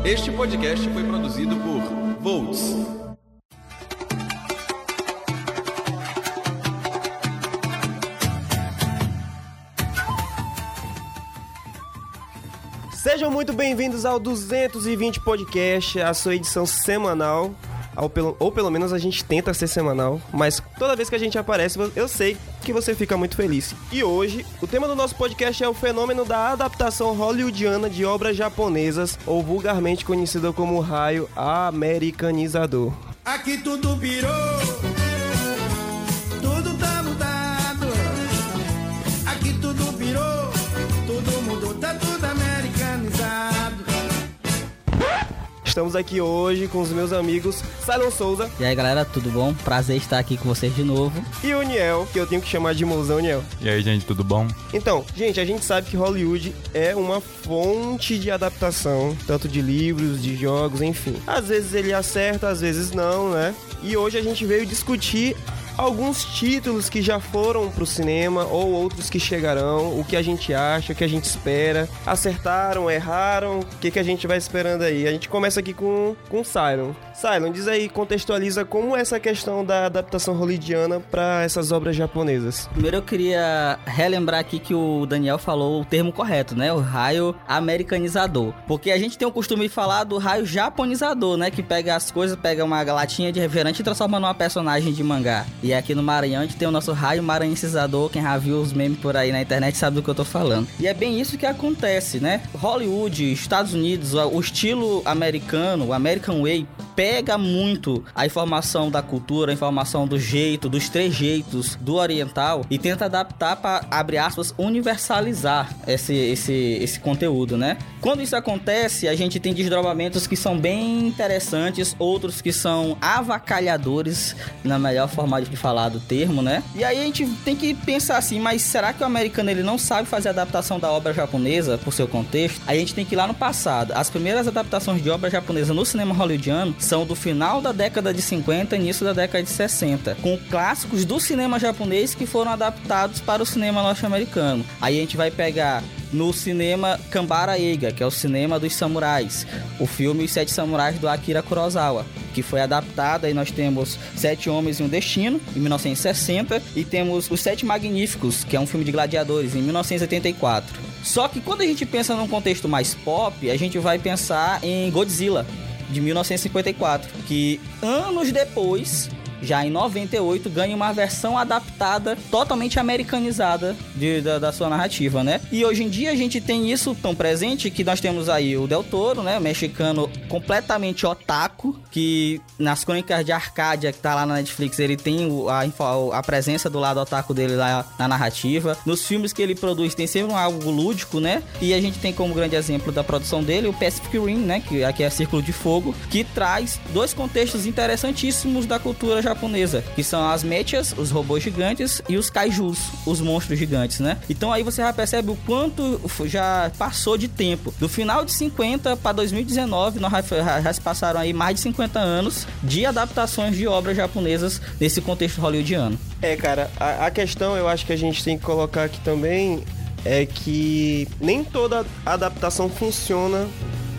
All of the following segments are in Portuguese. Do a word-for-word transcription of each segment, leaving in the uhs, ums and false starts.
Este podcast foi produzido por Volts. Sejam muito bem-vindos ao duzentos e vinte Podcast, a sua edição semanal, ou pelo, ou pelo menos a gente tenta ser semanal, mas toda vez que a gente aparece, eu sei que você fica muito feliz. E hoje, o tema do nosso podcast é o fenômeno da adaptação hollywoodiana de obras japonesas, ou vulgarmente conhecida como raio americanizador. Aqui tudo virou, tudo tá mudado. Aqui tudo virou, tudo mudou, tá tudo americanizado. Estamos aqui hoje com os meus amigos Cylon Souza. E aí galera, tudo bom? Prazer estar aqui com vocês de novo. E o Niel, que eu tenho que chamar de mozão, Niel. E aí gente, tudo bom? Então, gente, a gente sabe que Hollywood é uma fonte de adaptação, tanto de livros, de jogos, enfim. Às vezes ele acerta, às vezes não, né? E hoje a gente veio discutir alguns títulos que já foram pro cinema ou outros que chegarão, o que a gente acha, o que a gente espera, acertaram, erraram, o que, que a gente vai esperando aí. A gente começa aqui com, com Cylon. Cylon, diz aí, contextualiza como é essa questão da adaptação hollywoodiana para essas obras japonesas. Primeiro eu queria relembrar aqui que o Daniel falou o termo correto, né? O raio americanizador. Porque a gente tem o costume de falar do raio japonizador, né? Que pega as coisas, pega uma latinha de refrigerante e transforma numa personagem de mangá. E aqui no Maranhão a gente tem o nosso raio maranhencidador. Quem já viu os memes por aí na internet sabe do que eu tô falando. E é bem isso que acontece, né? Hollywood, Estados Unidos, o estilo americano, o American Way, pega muito a informação da cultura, a informação do jeito, dos trejeitos do oriental e tenta adaptar para, abre aspas, universalizar esse, esse, esse conteúdo, né? Quando isso acontece, a gente tem desdobramentos que são bem interessantes, outros que são avacalhadores, na melhor forma de falar do termo, né? E aí a gente tem que pensar assim, mas será que o americano ele não sabe fazer a adaptação da obra japonesa por seu contexto? Aí a gente tem que ir lá no passado. As primeiras adaptações de obra japonesa no cinema hollywoodiano são do final da década de cinquenta e início da década de sessenta, com clássicos do cinema japonês que foram adaptados para o cinema norte-americano. Aí a gente vai pegar no cinema Kambara Eiga, que é o cinema dos samurais, o filme Os Sete Samurais do Akira Kurosawa, que foi adaptado. Aí nós temos Sete Homens e um Destino, em mil novecentos e sessenta, e temos Os Sete Magníficos, que é um filme de gladiadores, em mil novecentos e oitenta e quatro. Só que quando a gente pensa num contexto mais pop, a gente vai pensar em Godzilla, de mil novecentos e cinquenta e quatro, que anos depois, já em noventa e oito, ganha uma versão adaptada, totalmente americanizada de, da, da sua narrativa, né? E hoje em dia a gente tem isso tão presente que nós temos aí o Del Toro, né? O mexicano completamente otaku, que nas Crônicas de Arcádia, que tá lá na Netflix, ele tem a, a presença do lado otaku dele lá na narrativa. Nos filmes que ele produz tem sempre um algo lúdico, né? E a gente tem como grande exemplo da produção dele o Pacific Rim, né? Que aqui é Círculo de Fogo, que traz dois contextos interessantíssimos da cultura japonesa, que são as mechas, os robôs gigantes, e os kaijus, os monstros gigantes, né? Então aí você já percebe o quanto já passou de tempo. Do final de cinquenta para dois mil e dezenove, nós já, já se passaram aí mais de cinquenta anos de adaptações de obras japonesas nesse contexto hollywoodiano. É, cara, a, a questão eu acho que a gente tem que colocar aqui também é que nem toda adaptação funciona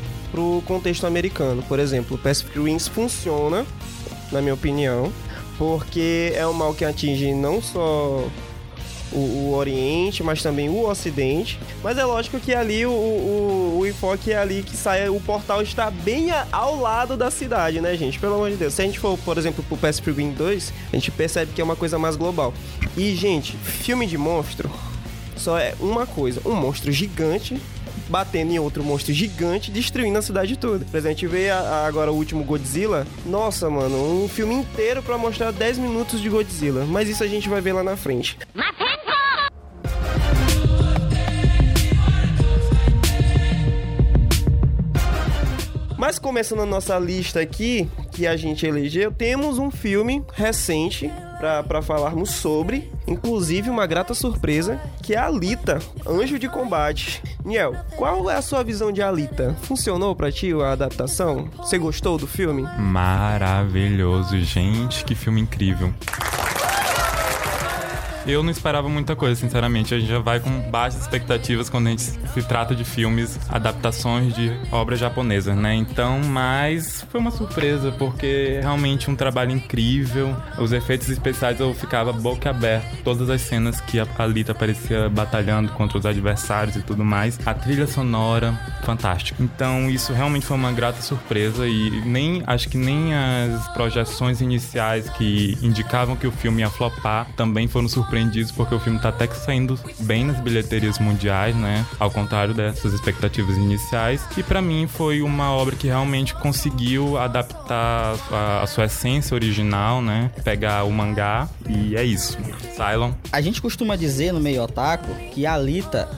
pro contexto americano. Por exemplo, o Pacific Rim funciona, na minha opinião, porque é um mal que atinge não só o, o Oriente, mas também o Ocidente. Mas é lógico que ali o, o, o enfoque é ali que sai, o portal está bem a, ao lado da cidade, né, gente? Pelo amor de Deus. Se a gente for, por exemplo, pro Pacific Rim dois, a gente percebe que é uma coisa mais global. E, gente, filme de monstro só é uma coisa, um monstro gigante batendo em outro monstro gigante, destruindo a cidade toda. Por exemplo, a gente vê a, a, agora o último Godzilla. Nossa, mano, um filme inteiro pra mostrar dez minutos de Godzilla. Mas isso a gente vai ver lá na frente. Mas começando a nossa lista aqui, que a gente elegeu, temos um filme recente pra, pra falarmos sobre, inclusive uma grata surpresa, que é Alita, Anjo de Combate. Niel, qual é a sua visão de Alita? Funcionou pra ti a adaptação? Você gostou do filme? Maravilhoso, gente, que filme incrível. Eu não esperava muita coisa, sinceramente. A gente já vai com baixas expectativas quando a gente se trata de filmes, adaptações de obras japonesas, né? Então, mas foi uma surpresa, porque realmente um trabalho incrível. Os efeitos especiais eu ficava boca aberta. Todas as cenas que a Alita aparecia batalhando contra os adversários e tudo mais. A trilha sonora, fantástica. Então, isso realmente foi uma grata surpresa e nem, acho que nem as projeções iniciais que indicavam que o filme ia flopar também foram surpreendidos, porque o filme tá até que saindo bem nas bilheterias mundiais, né? Ao contrário dessas expectativas iniciais. E pra mim foi uma obra que realmente conseguiu adaptar a, a sua essência original, né? Pegar o mangá e é isso. Cylon. A gente costuma dizer no meio otaku que a Alita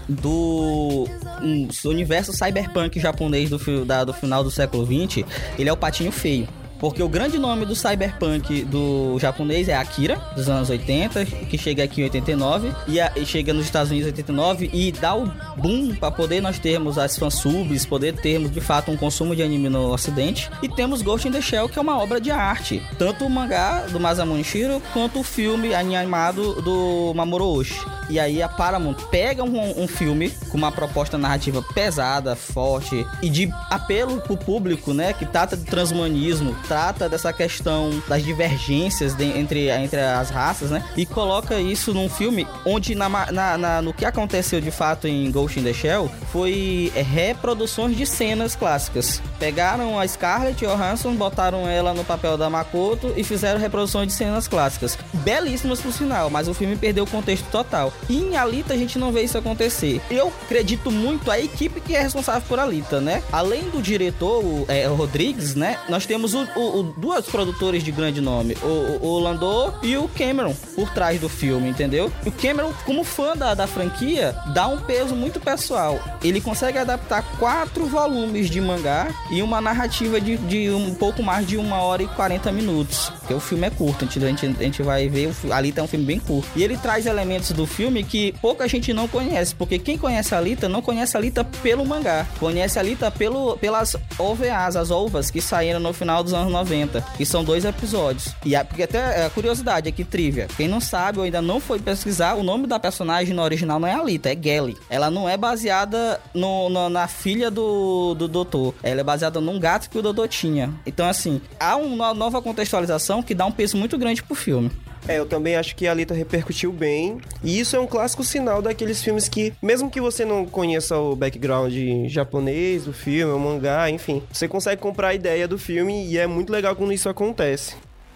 do um, universo cyberpunk japonês do, da, do final do século vinte, ele é o patinho feio. Porque o grande nome do cyberpunk do japonês é Akira, dos anos oitenta, que chega aqui em oitenta e nove, e, a, e chega nos Estados Unidos em oitenta e nove, e dá o boom para poder nós termos as fansubs, poder termos, de fato, um consumo de anime no ocidente. E temos Ghost in the Shell, que é uma obra de arte. Tanto o mangá do Masamune Shirow, quanto o filme animado do Mamoru Oshii. E aí a Paramount pega um, um filme com uma proposta narrativa pesada, forte, e de apelo pro público, né, que trata de transhumanismo, trata dessa questão das divergências de, entre, entre as raças, né? E coloca isso num filme onde na, na, na, no que aconteceu de fato em Ghost in the Shell foi é, reproduções de cenas clássicas. Pegaram a Scarlett Johansson, botaram ela no papel da Makoto e fizeram reproduções de cenas clássicas. Belíssimas por sinal, mas o filme perdeu o contexto total. E em Alita a gente não vê isso acontecer. Eu acredito muito a equipe que é responsável por Alita, né? Além do diretor, o, é, o Rodrigues, né? Nós temos o O, o, duas produtores de grande nome, o, o Lando e o Cameron, por trás do filme, entendeu? O Cameron, como fã da, da franquia, dá um peso muito pessoal. Ele consegue adaptar quatro volumes de mangá e uma narrativa de, de um pouco mais de uma hora e quarenta minutos, porque o filme é curto, a gente, a gente, a gente vai ver, o, Alita é um filme bem curto. E ele traz elementos do filme que pouca gente não conhece, porque quem conhece a Alita não conhece a Alita pelo mangá, conhece a Alita pelo, pelas O V As, as ovas que saíram no final dos anos noventa, que são dois episódios. E a, porque até a curiosidade aqui, trivia, quem não sabe ou ainda não foi pesquisar, o nome da personagem no original não é Alita, é Gally. Ela não é baseada no, no, na filha do, do doutor, ela é baseada num gato que o doutor tinha. Então assim, há uma nova contextualização que dá um peso muito grande pro filme. É, eu também acho que a Alita repercutiu bem. E isso é um clássico sinal daqueles filmes que, mesmo que você não conheça o background japonês do filme, o mangá, enfim, você consegue comprar a ideia do filme e é muito legal quando isso acontece.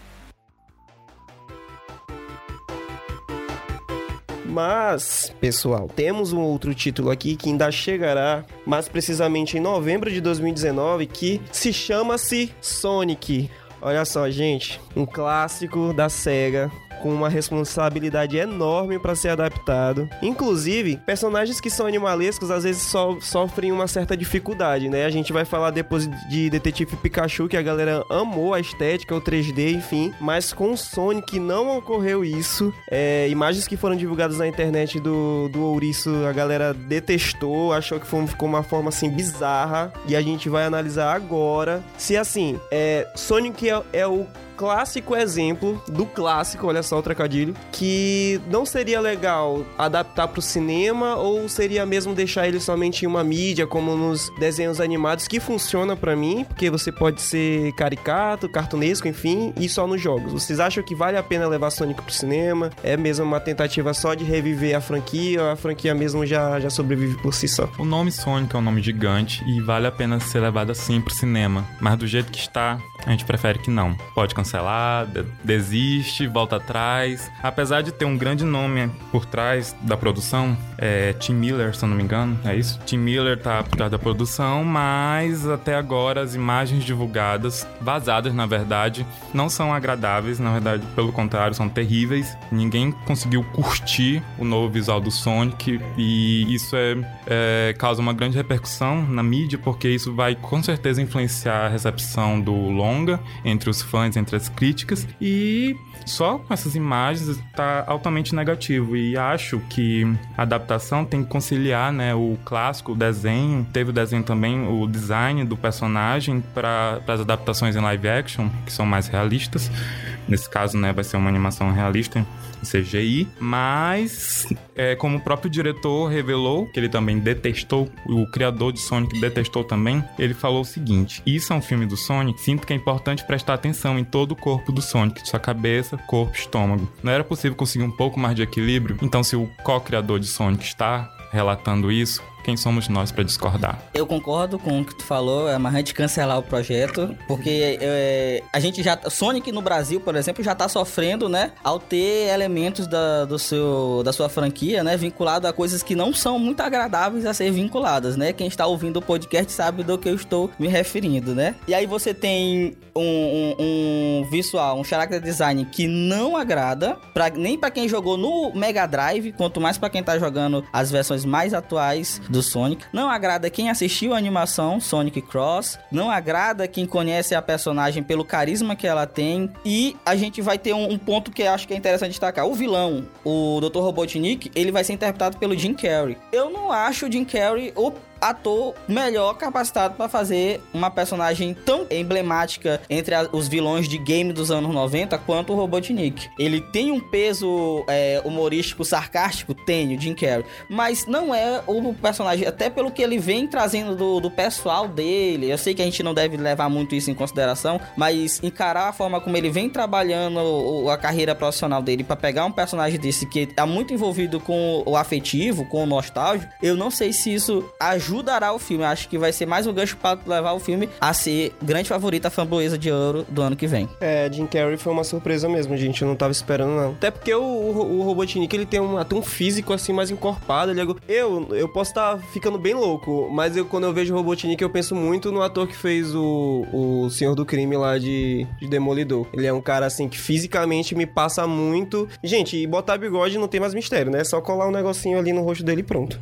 Mas, pessoal, temos um outro título aqui que ainda chegará, mais precisamente em novembro de dois mil e dezenove, que se chama-se Sonic. Olha só, gente, um clássico da SEGA com uma responsabilidade enorme para ser adaptado. Inclusive, personagens que são animalescos às vezes so- sofrem uma certa dificuldade, né? A gente vai falar depois de Detetive Pikachu, que a galera amou a estética, o três D, enfim. Mas com o Sonic não ocorreu isso. É, imagens que foram divulgadas na internet do, do ouriço, a galera detestou, achou que foi, ficou uma forma assim bizarra. E a gente vai analisar agora se assim, é, Sonic é, é o clássico exemplo do clássico, olha só o trocadilho, que não seria legal adaptar pro cinema ou seria mesmo deixar ele somente em uma mídia, como nos desenhos animados, que funciona pra mim, porque você pode ser caricato, cartunesco, enfim, e só nos jogos. Vocês acham que vale a pena levar Sonic pro cinema? É mesmo uma tentativa só de reviver a franquia, ou a franquia mesmo já, já sobrevive por si só? O nome Sonic é um nome gigante e vale a pena ser levado assim pro cinema, mas do jeito que está, a gente prefere que não. Pode cancelar, de- desiste, volta atrás. Apesar de ter um grande nome por trás da produção, é Tim Miller, se eu não me engano, é isso? Tim Miller tá por trás da produção, mas até agora as imagens divulgadas, vazadas na verdade, não são agradáveis, na verdade, pelo contrário, são terríveis. Ninguém conseguiu curtir o novo visual do Sonic e isso é, é, causa uma grande repercussão na mídia, porque isso vai com certeza influenciar a recepção do longa entre os fãs, entre as críticas, e só com essas imagens está altamente negativo. E acho que a adaptação tem que conciliar, né, o clássico, o desenho, teve o desenho também, o design do personagem para as adaptações em live action, que são mais realistas, Nesse caso, né, vai ser uma animação realista, C G I, mas é, como o próprio diretor revelou, que ele também detestou, o criador de Sonic detestou também, ele falou o seguinte: isso é um filme do Sonic, sinto que é importante prestar atenção em todo o corpo do Sonic, sua cabeça, corpo, estômago. Não era possível conseguir um pouco mais de equilíbrio? Então, se o co-criador de Sonic está relatando isso, quem somos nós pra discordar? Eu concordo com o que tu falou, é mais de cancelar o projeto, porque é, a gente já... Sonic no Brasil, por exemplo, já tá sofrendo, né, ao ter elementos da, do seu, da sua franquia, né, vinculado a coisas que não são muito agradáveis a ser vinculadas, né? Quem está ouvindo o podcast sabe do que eu estou me referindo, né? E aí você tem um, um, um visual, um character design que não agrada, pra, nem pra quem jogou no Mega Drive, quanto mais pra quem tá jogando as versões mais atuais do Sonic. Não agrada quem assistiu a animação Sonic Cross, não agrada quem conhece a personagem pelo carisma que ela tem, e a gente vai ter um, um ponto que eu acho que é interessante destacar. O vilão, o doutor Robotnik, ele vai ser interpretado pelo Jim Carrey. Eu não acho o Jim Carrey o ator melhor capacitado para fazer uma personagem tão emblemática entre a, os vilões de game dos anos noventa quanto o Robotnik. Ele tem um peso é, humorístico, sarcástico? Tem, o Jim Carrey. Mas não é o personagem, até pelo que ele vem trazendo do, do pessoal dele. Eu sei que a gente não deve levar muito isso em consideração, mas encarar a forma como ele vem trabalhando o, a carreira profissional dele para pegar um personagem desse que tá muito envolvido com o afetivo, com o nostálgico, eu não sei se isso ajuda ajudará o filme. Acho que vai ser mais um gancho para levar o filme a ser grande favorita, a framboesa de ouro do ano que vem. É, Jim Carrey foi uma surpresa mesmo, gente. Eu não tava esperando, não. Até porque o, o, o Robotnik, ele tem um, até um físico, assim, mais encorpado. Ele é... Eu, eu posso estar tá ficando bem louco, mas eu, quando eu vejo o Robotnik, eu penso muito no ator que fez o, o Senhor do Crime lá de, de Demolidor. Ele é um cara, assim, que fisicamente me passa muito. Gente, e botar bigode não tem mais mistério, né? É só colar um negocinho ali no rosto dele e pronto.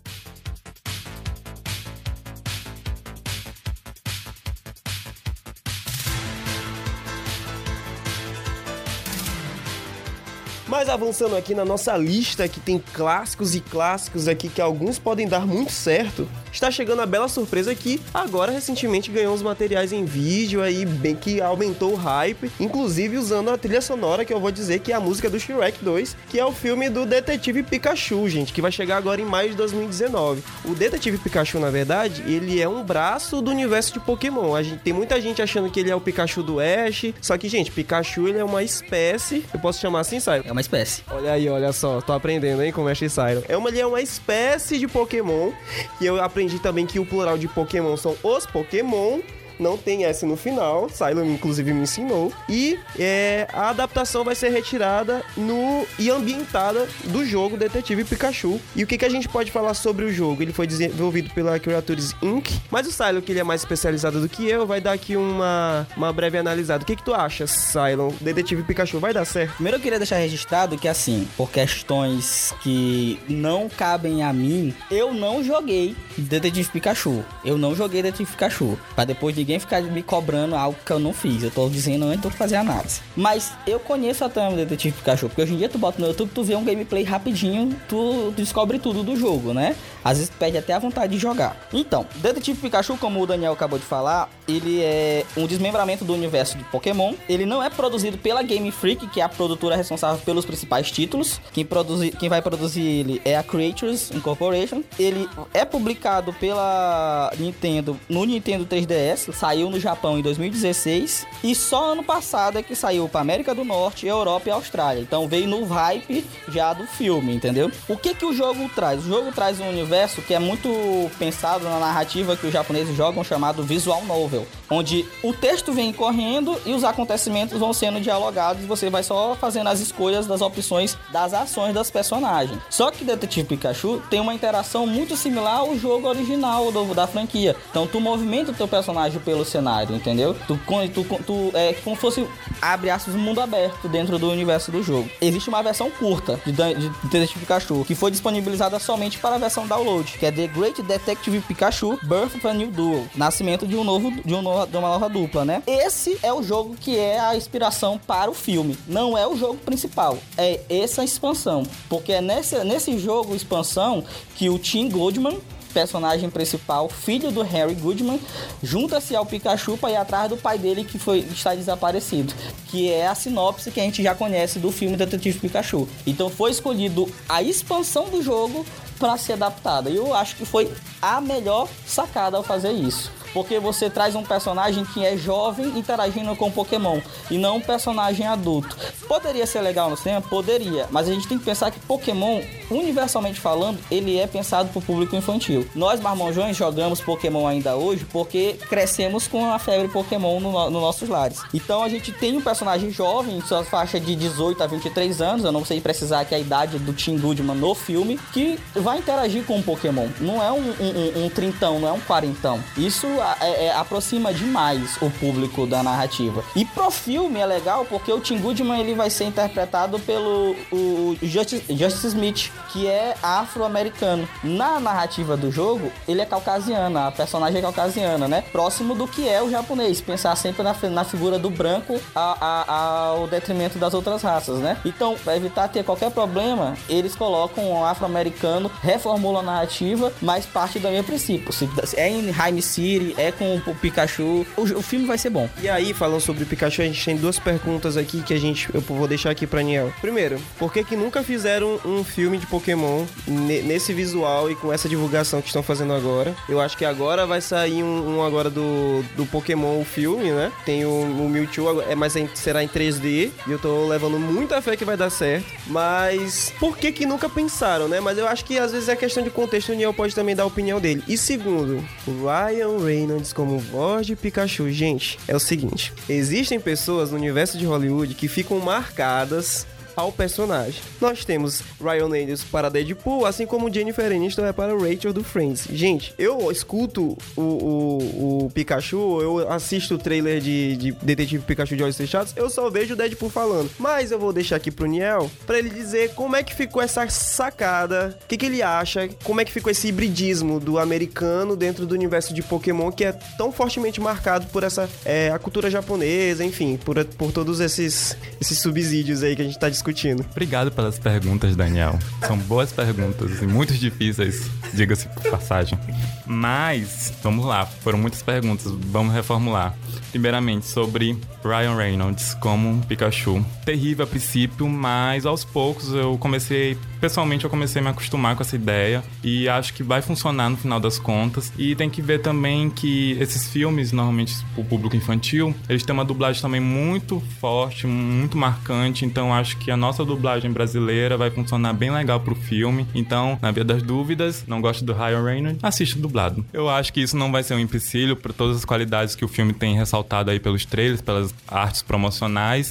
Mas avançando aqui na nossa lista, que tem clássicos e clássicos aqui que alguns podem dar muito certo, está chegando a bela surpresa que agora recentemente ganhou os materiais em vídeo aí, bem que aumentou o hype, inclusive usando a trilha sonora, que eu vou dizer que é a música do Shrek dois, que é o filme do Detetive Pikachu, gente, que vai chegar agora em maio de dois mil e dezenove. O Detetive Pikachu, na verdade, ele é um braço do universo de Pokémon. A gente, tem muita gente achando que ele é o Pikachu do Ash, só que, gente, Pikachu, ele é uma espécie, eu posso chamar assim, Saio? É uma espécie. Olha aí, olha só, tô aprendendo, hein, com o Mestre Sairo. É uma, ele é uma espécie de Pokémon, que eu aprendi também que o plural de Pokémon são os Pokémon. Não tem S no final, Silo inclusive me ensinou. E é, a adaptação vai ser retirada no, e ambientada do jogo Detetive Pikachu. E o que, que a gente pode falar sobre o jogo? Ele foi desenvolvido pela Creatures Incorporated. Mas o Silo, que ele é mais especializado do que eu, vai dar aqui uma, uma breve analisada. O que, que tu acha, Silo? Detetive Pikachu vai dar certo? Primeiro eu queria deixar registrado que, assim, por questões que não cabem a mim, eu não joguei Detetive Pikachu. Eu não joguei Detetive Pikachu. Pra depois de ninguém ficar me cobrando algo que eu não fiz. Eu tô dizendo antes de fazer análise. Mas eu conheço a trama do Detetive Pikachu, porque hoje em dia tu bota no YouTube, tu vê um gameplay rapidinho, tu, tu descobre tudo do jogo, né? Às vezes tu perde até a vontade de jogar. Então, Detetive Pikachu, como o Daniel acabou de falar, ele é um desmembramento do universo de Pokémon. Ele não é produzido pela Game Freak, que é a produtora responsável pelos principais títulos. Quem, produzi, quem vai produzir ele é a Creatures Incorporation. Ele é publicado pela Nintendo no Nintendo três D S. Saiu no Japão em dois mil e dezesseis. E só ano passado é que saiu para América do Norte, Europa e Austrália. Então veio no hype já do filme, entendeu? O que que o jogo traz? O jogo traz um universo que é muito pensado na narrativa que os japoneses jogam, chamado Visual Novel, onde o texto vem correndo e os acontecimentos vão sendo dialogados e você vai só fazendo as escolhas das opções das ações das personagens. Só que Detetive Pikachu tem uma interação muito similar ao jogo original do, da franquia. Então tu movimenta o teu personagem pelo cenário, entendeu? Tu, tu, tu é como se fosse, abre aspas, um mundo aberto dentro do universo do jogo. Existe uma versão curta de, de Detetive Pikachu, que foi disponibilizada somente para a versão download, que é The Great Detective Pikachu Birth of a New Duel, nascimento de um novo de, um novo, de uma nova dupla, né? Esse é o jogo que é a inspiração para o filme, não é o jogo principal, é essa expansão, porque é nesse, nesse jogo expansão que o Tim Goldman personagem principal, filho do Harry Goodman, junta-se ao Pikachu para ir atrás do pai dele que foi, está desaparecido, que é a sinopse que a gente já conhece do filme Detetive Pikachu. Então foi escolhido a expansão do jogo para ser adaptada. E eu acho que foi a melhor sacada ao fazer isso. Porque você traz um personagem que é jovem interagindo com Pokémon e não um personagem adulto. Poderia ser legal no cinema? Poderia. Mas a gente tem que pensar que Pokémon, universalmente falando, ele é pensado para o público infantil. Nós, marmanjões, jogamos Pokémon ainda hoje porque crescemos com a febre Pokémon nos no nossos lares. Então a gente tem um personagem jovem, sua faixa de dezoito a vinte e três anos, eu não sei precisar que é a idade do Tim Goodman no filme, que vai interagir com o Pokémon. Não é um, um, um trintão, não é um quarentão. Isso É, é, aproxima demais o público da narrativa. E pro filme é legal porque o Tim Goodman ele vai ser interpretado pelo o Justice, Justice Smith, que é afro-americano. Na narrativa do jogo, ele é caucasiano, a personagem é caucasiana, né? Próximo do que é o japonês. Pensar sempre na, na figura do branco a, a, ao detrimento das outras raças, né? Então, para evitar ter qualquer problema, eles colocam um afro-americano, reformulam a narrativa, mas parte do mesmo princípio. Se é em Heim City, é com o Pikachu, o, o filme vai ser bom. E aí, falando sobre o Pikachu, a gente tem duas perguntas aqui que a gente, eu vou deixar aqui pra Niel. Primeiro, por que que nunca fizeram um filme de Pokémon ne, nesse visual e com essa divulgação que estão fazendo agora? Eu acho que agora vai sair um, um agora do, do Pokémon, o filme, né? Tem o, o Mewtwo, é, mas será em três D e eu tô levando muita fé que vai dar certo. Mas por que que nunca pensaram, né? Mas eu acho que às vezes é questão de contexto, o Niel pode também dar a opinião dele. E segundo, o Ryan Reynolds como voz de Pikachu. Gente, é o seguinte, existem pessoas no universo de Hollywood que ficam marcadas ao personagem. Nós temos Ryan Reynolds para Deadpool, assim como Jennifer Aniston é para Rachel do Friends. Gente, eu escuto o, o, o Pikachu, eu assisto o trailer de, de Detetive Pikachu de Olhos Fechados, eu só vejo o Deadpool falando. Mas eu vou deixar aqui pro Niel, pra ele dizer como é que ficou essa sacada, o que, que ele acha, como é que ficou esse hibridismo do americano dentro do universo de Pokémon, que é tão fortemente marcado por essa, é, a cultura japonesa, enfim, por, por todos esses, esses subsídios aí que a gente tá discutindo. Obrigado pelas perguntas, Daniel. São boas perguntas e muito difíceis, diga-se por passagem. Mas, vamos lá, foram muitas perguntas, vamos reformular. Primeiramente, sobre Ryan Reynolds como Pikachu. Terrível a princípio, mas aos poucos eu comecei... Pessoalmente, eu comecei a me acostumar com essa ideia e acho que vai funcionar no final das contas. E tem que ver também que esses filmes, normalmente pro público infantil, eles têm uma dublagem também muito forte, muito marcante. Então, acho que a nossa dublagem brasileira vai funcionar bem legal pro filme. Então, na via das dúvidas, não gosta do Ryan Reynolds, assiste dublado. Eu acho que isso não vai ser um empecilho por todas as qualidades que o filme tem ressaltado aí pelos trailers, pelas artes promocionais.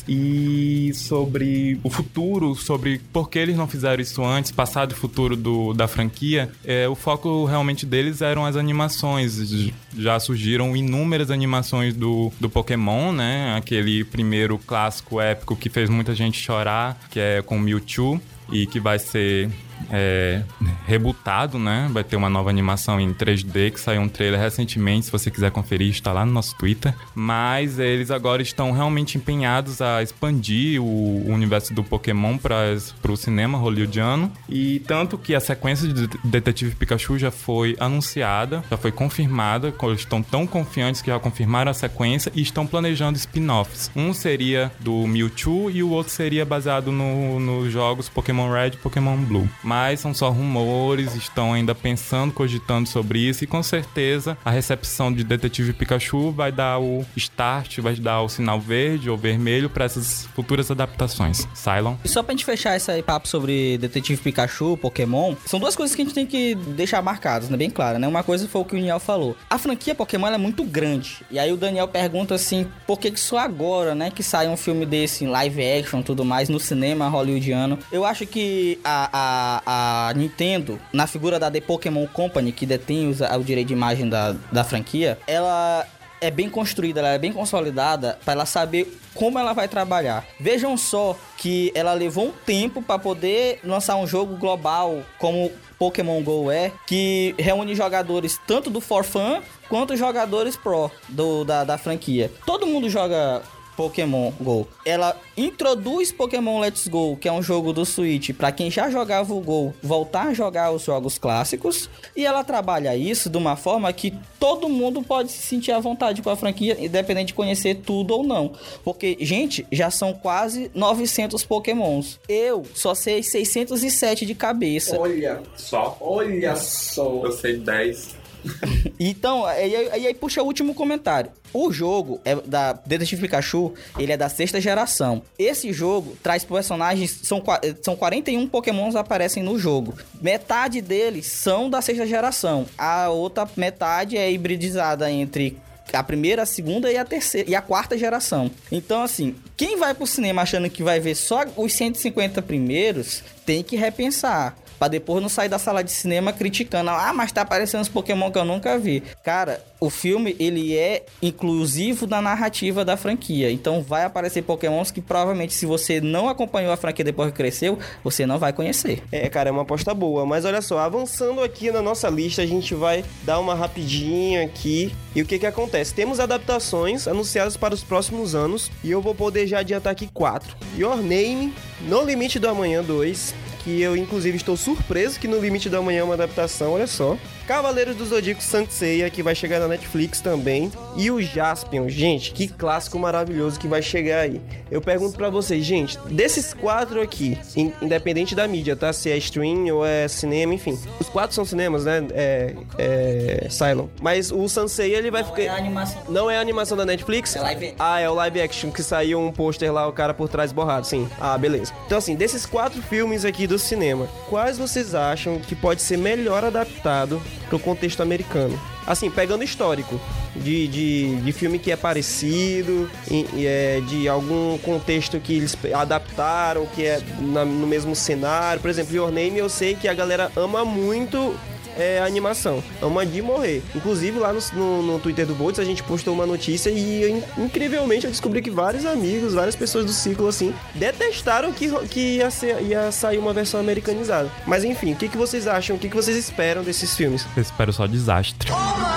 E sobre o futuro, sobre por que eles não fizeram isso antes, passado e futuro do, da franquia, é, o foco realmente deles eram as animações. Já surgiram inúmeras animações do, do Pokémon, né? Aquele primeiro clássico épico que fez muita gente chorar, que é com Mewtwo, e que vai ser é, rebutado, né? Vai ter uma nova animação em três D que saiu um trailer recentemente, se você quiser conferir, está lá no nosso Twitter. Mas eles agora estão realmente empenhados a expandir o universo do Pokémon para o cinema hollywoodiano, e tanto que a sequência de Detetive Pikachu já foi anunciada, já foi confirmada, eles estão tão confiantes que já confirmaram a sequência e estão planejando spin-offs. Um seria do Mewtwo e o outro seria baseado no, nos jogos Pokémon Red e Pokémon Blue. Mas são só rumores, estão ainda pensando, cogitando sobre isso, e com certeza a recepção de Detetive Pikachu vai dar o start, vai dar o sinal verde ou vermelho para essas futuras adaptações. Cylon? E só pra gente fechar esse aí papo sobre Detetive Pikachu, Pokémon, são duas coisas que a gente tem que deixar marcadas, né? Bem claro, né? Uma coisa foi o que o Daniel falou. A franquia Pokémon é muito grande. E aí o Daniel pergunta assim, por que que só agora, né, que sai um filme desse em live action e tudo mais, no cinema hollywoodiano? Eu acho que a, a A, a Nintendo, na figura da The Pokémon Company, que detém os, o direito de imagem da, da franquia, ela é bem construída, ela é bem consolidada para ela saber como ela vai trabalhar. Vejam só que ela levou um tempo para poder lançar um jogo global como Pokémon Go é, que reúne jogadores tanto do For Fun quanto jogadores Pro do, da, da franquia. Todo mundo joga Pokémon Go. Ela introduz Pokémon Let's Go, que é um jogo do Switch, pra quem já jogava o Go, voltar a jogar os jogos clássicos. E ela trabalha isso de uma forma que todo mundo pode se sentir à vontade com a franquia, independente de conhecer tudo ou não. Porque, gente, já são quase novecentos Pokémons. Eu só sei seiscentos e sete de cabeça. Olha só. Olha só. Eu sei dez. Então, aí, aí, aí puxa o último comentário. O jogo é da Detetive Pikachu, ele é da sexta geração. Esse jogo traz personagens, são, são quarenta e um Pokémons aparecem no jogo. Metade deles são da sexta geração. A outra metade é hibridizada entre a primeira, a segunda e a terceira e a quarta geração. Então, assim, quem vai pro cinema achando que vai ver só os cento e cinquenta primeiros, tem que repensar. Pra depois não sair da sala de cinema criticando. Ah, mas tá aparecendo os Pokémon que eu nunca vi. Cara, o filme, ele é inclusivo da narrativa da franquia. Então vai aparecer Pokémons que provavelmente, se você não acompanhou a franquia depois que cresceu, você não vai conhecer. É, cara, é uma aposta boa. Mas olha só, avançando aqui na nossa lista, a gente vai dar uma rapidinha aqui. E o que que acontece? Temos adaptações anunciadas para os próximos anos. E eu vou poder já adiantar aqui quatro. Your Name, No Limite do Amanhã dois... que eu, inclusive, estou surpreso que No Limite do Amanhã é uma adaptação, olha só. Cavaleiros do Zodíaco Saint Seiya, que vai chegar na Netflix também. E o Jaspion, gente, que clássico maravilhoso que vai chegar aí. Eu pergunto pra vocês, gente, desses quatro aqui, in- independente da mídia, tá? Se é stream ou é cinema, enfim. Os quatro são cinemas, né? É... é... Cylon. Mas o Saint Seiya, ele vai Não ficar... é a animação. Não é a animação da Netflix? É live action. Ah, é o live action, que saiu um pôster lá, o cara por trás borrado, sim. Ah, beleza. Então, assim, desses quatro filmes aqui do cinema, quais vocês acham que pode ser melhor adaptado pro contexto americano? Assim, pegando histórico, de, de, de filme que é parecido, e, e é de algum contexto que eles adaptaram, que é na, no mesmo cenário. Por exemplo, Your Name, eu sei que a galera ama muito... é a animação, ama de morrer. Inclusive lá no, no, no Twitter do Volts a gente postou uma notícia e in, incrivelmente eu descobri que vários amigos, várias pessoas do ciclo assim, detestaram que, que ia, ser, ia sair uma versão americanizada. Mas enfim, o que, que vocês acham? O que, que vocês esperam desses filmes? Eu espero só desastre.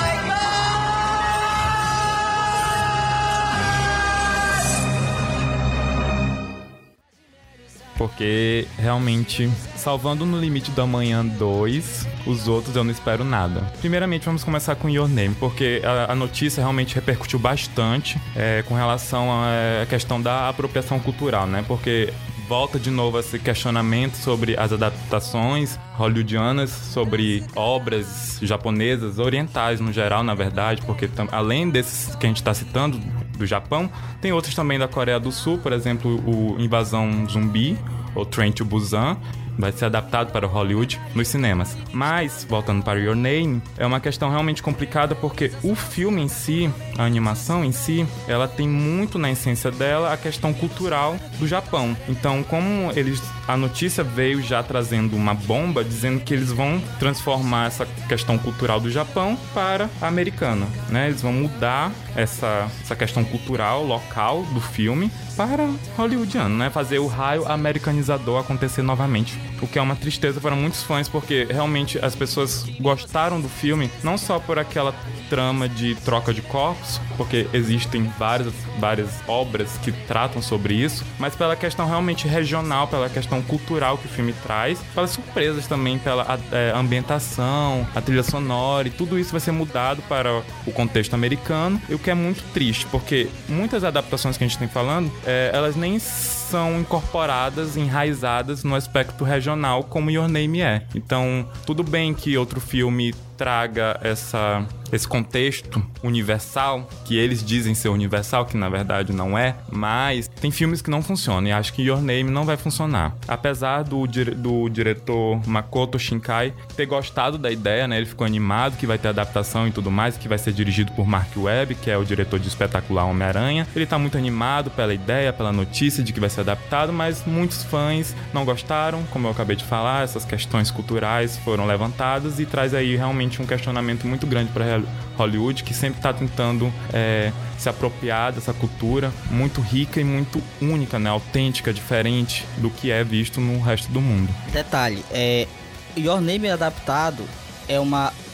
Porque, realmente, salvando No Limite do Amanhã dois, os outros eu não espero nada. Primeiramente, vamos começar com Your Name, porque a, a notícia realmente repercutiu bastante é, com relação à questão da apropriação cultural, né? Porque volta de novo esse questionamento sobre as adaptações hollywoodianas, sobre obras japonesas, orientais no geral, na verdade, porque tam, além desses que a gente está citando, do Japão, tem outros também da Coreia do Sul, por exemplo, o Invasão Zumbi, ou Train to Busan, vai ser adaptado para o Hollywood nos cinemas. Mas, voltando para Your Name, é uma questão realmente complicada porque o filme em si, a animação em si, ela tem muito na essência dela a questão cultural do Japão. Então, como eles, a notícia veio já trazendo uma bomba, dizendo que eles vão transformar essa questão cultural do Japão para a americana, né? Eles vão mudar essa, essa questão cultural, local do filme para hollywoodiano, né? Fazer o raio americanizador acontecer novamente. O que é uma tristeza para muitos fãs, porque realmente as pessoas gostaram do filme, não só por aquela trama de troca de corpos, porque existem várias, várias obras que tratam sobre isso, mas pela questão realmente regional, pela questão cultural que o filme traz, pelas surpresas também, pela é, ambientação, a trilha sonora, e tudo isso vai ser mudado para o contexto americano, e o que é muito triste, porque muitas adaptações que a gente tem falando, é, elas nem são incorporadas, enraizadas no aspecto regional como Your Name é. Então, tudo bem que outro filme traga essa, esse contexto universal, que eles dizem ser universal, que na verdade não é, mas tem filmes que não funcionam, e acho que Your Name não vai funcionar. Apesar do, do diretor Makoto Shinkai ter gostado da ideia, né, ele ficou animado que vai ter adaptação e tudo mais, que vai ser dirigido por Mark Webb, que é o diretor de Espetacular Homem-Aranha. Ele tá muito animado pela ideia, pela notícia de que vai ser adaptado, mas muitos fãs não gostaram, como eu acabei de falar, essas questões culturais foram levantadas e traz aí realmente um questionamento muito grande para Hollywood, que sempre está tentando é, se apropriar dessa cultura muito rica e muito única, né? Autêntica, diferente do que é visto no resto do mundo. Detalhe, é, Your Name adaptado é uma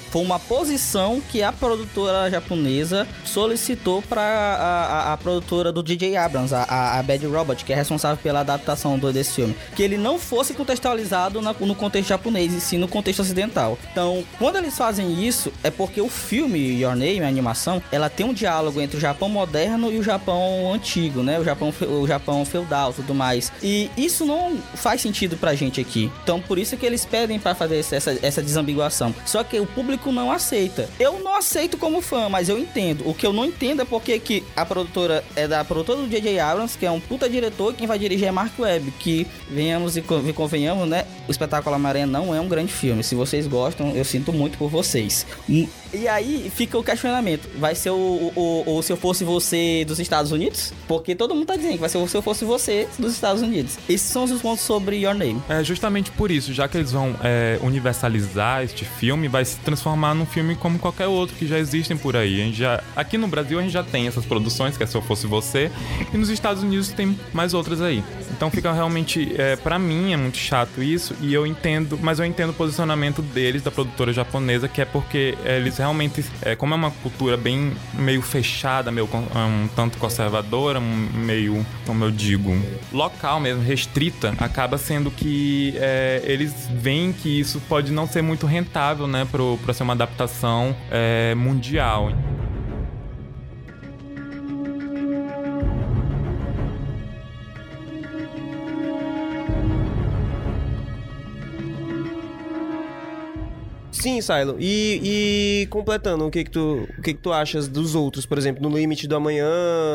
Foi uma posição que a produtora japonesa solicitou para a, a, a produtora do J J Abrams, a, a, a Bad Robot, que é responsável pela adaptação do, desse filme. Que ele não fosse contextualizado na, no contexto japonês, e sim no contexto ocidental. Então, quando eles fazem isso, é porque o filme Your Name, a animação, ela tem um diálogo entre o Japão moderno e o Japão antigo, né? O Japão, o Japão feudal e tudo mais. E isso não faz sentido pra gente aqui. Então, por isso que eles pedem pra fazer essa, essa desambiguação. Só que o público não aceita. Eu não aceito como fã, mas eu entendo. O que eu não entendo é porque que a produtora é da produtora do J J Abrams, que é um puta diretor, e quem vai dirigir é Mark Webb, que, venhamos e convenhamos, né? O Espetáculo Homem-Aranha não é um grande filme. Se vocês gostam, eu sinto muito por vocês. E aí fica o questionamento. Vai ser o, o, o, o Se Eu Fosse Você dos Estados Unidos? Porque todo mundo tá dizendo que vai ser o Se Eu Fosse Você dos Estados Unidos. Esses são os pontos sobre Your Name. É justamente por isso, já que eles vão é, universalizar este filme, vai se transformar num filme como qualquer outro que já existem por aí. A gente já, aqui no Brasil a gente já tem essas produções, que é Se Eu Fosse Você, e nos Estados Unidos tem mais outras aí. Então fica realmente, é, pra mim é muito chato isso, e eu entendo, mas eu entendo o posicionamento deles, da produtora japonesa, que é porque é, eles realmente, é, como é uma cultura bem meio fechada, meio um tanto conservadora, meio, como eu digo, local mesmo, restrita, acaba sendo que é, eles veem que isso pode não ser muito rentável, né, pro, pra ser uma adaptação é, mundial. Sim, Silo. E, e completando, o que que tu, o que que tu achas dos outros? Por exemplo, No Limite do Amanhã,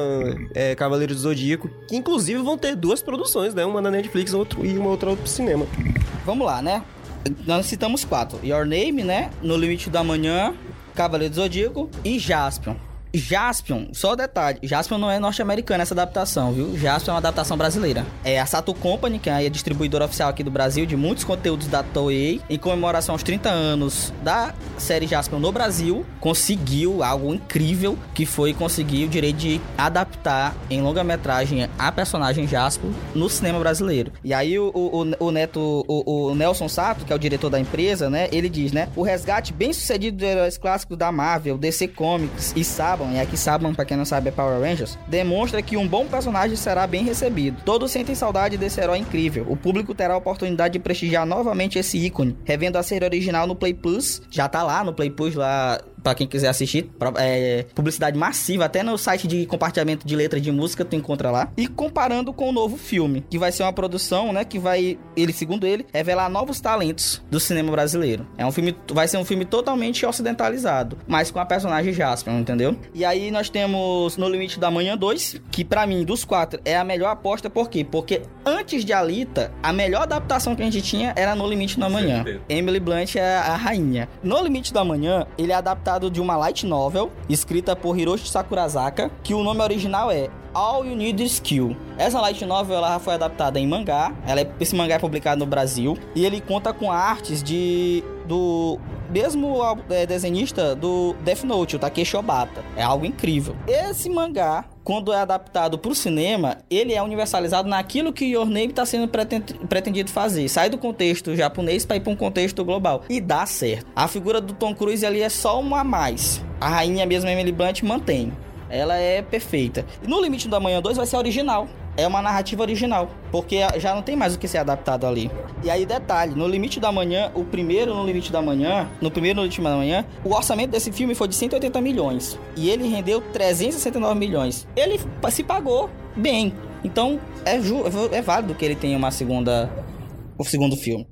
é, Cavaleiro do Zodíaco, que inclusive vão ter duas produções, né? Uma na Netflix outro, e uma outra pro cinema. Vamos lá, né? Nós citamos quatro. Your Name, né? No Limite do Amanhã, Cavaleiro do Zodíaco e Jaspion. Jaspion, só detalhe, Jaspion não é norte-americana essa adaptação, viu? Jaspion é uma adaptação brasileira. É a Sato Company, que é a distribuidora oficial aqui do Brasil de muitos conteúdos da Toei, em comemoração aos trinta anos da série Jaspion no Brasil, conseguiu algo incrível, que foi conseguir o direito de adaptar em longa-metragem a personagem Jaspion no cinema brasileiro. E aí o, o, o Neto, o, o Nelson Sato, que é o diretor da empresa, né? Ele diz, né? O resgate bem sucedido dos heróis clássicos da Marvel, D C Comics e Saban, e aqui Saban, pra quem não sabe, é Power Rangers, demonstra que um bom personagem será bem recebido. Todos sentem saudade desse herói incrível. O público terá a oportunidade de prestigiar novamente esse ícone, revendo a série original no Play Plus. Já tá lá no Play Plus, lá pra quem quiser assistir, é, publicidade massiva, até no site de compartilhamento de letra de música tu encontra lá. E comparando com o novo filme, que vai ser uma produção, né, que vai, ele, segundo ele, revelar novos talentos do cinema brasileiro. É um filme, vai ser um filme totalmente ocidentalizado, mas com a personagem Jaspion, entendeu? E aí nós temos No Limite da Manhã dois, que pra mim, dos quatro, é a melhor aposta. Por quê? Porque antes de Alita, a melhor adaptação que a gente tinha era No Limite da Manhã. Emily Blunt é a rainha. No Limite da Manhã, ele é adaptado de uma light novel escrita por Hiroshi Sakurazaka, que o nome original é All You Need Is Kill. Essa light novel ela foi adaptada em mangá. Ela é, esse mangá é publicado no Brasil e ele conta com artes de do mesmo é, desenhista do Death Note, o Takeshi Obata. É algo incrível. Esse mangá, quando é adaptado para o cinema, ele é universalizado naquilo que Your Name está sendo pretendido fazer. Sai do contexto japonês para ir para um contexto global. E dá certo. A figura do Tom Cruise ali é só uma a mais. A rainha mesmo, Emily Blunt, mantém. Ela é perfeita. E No Limite do Amanhã dois vai ser original. É uma narrativa original, porque já não tem mais o que ser adaptado ali. E aí, detalhe, No Limite da Manhã, o primeiro No Limite da Manhã, no primeiro No Limite da Manhã, o orçamento desse filme foi de cento e oitenta milhões. E ele rendeu trezentos e sessenta e nove milhões. Ele se pagou bem. Então, é, ju- é válido que ele tenha uma segunda... o segundo filme.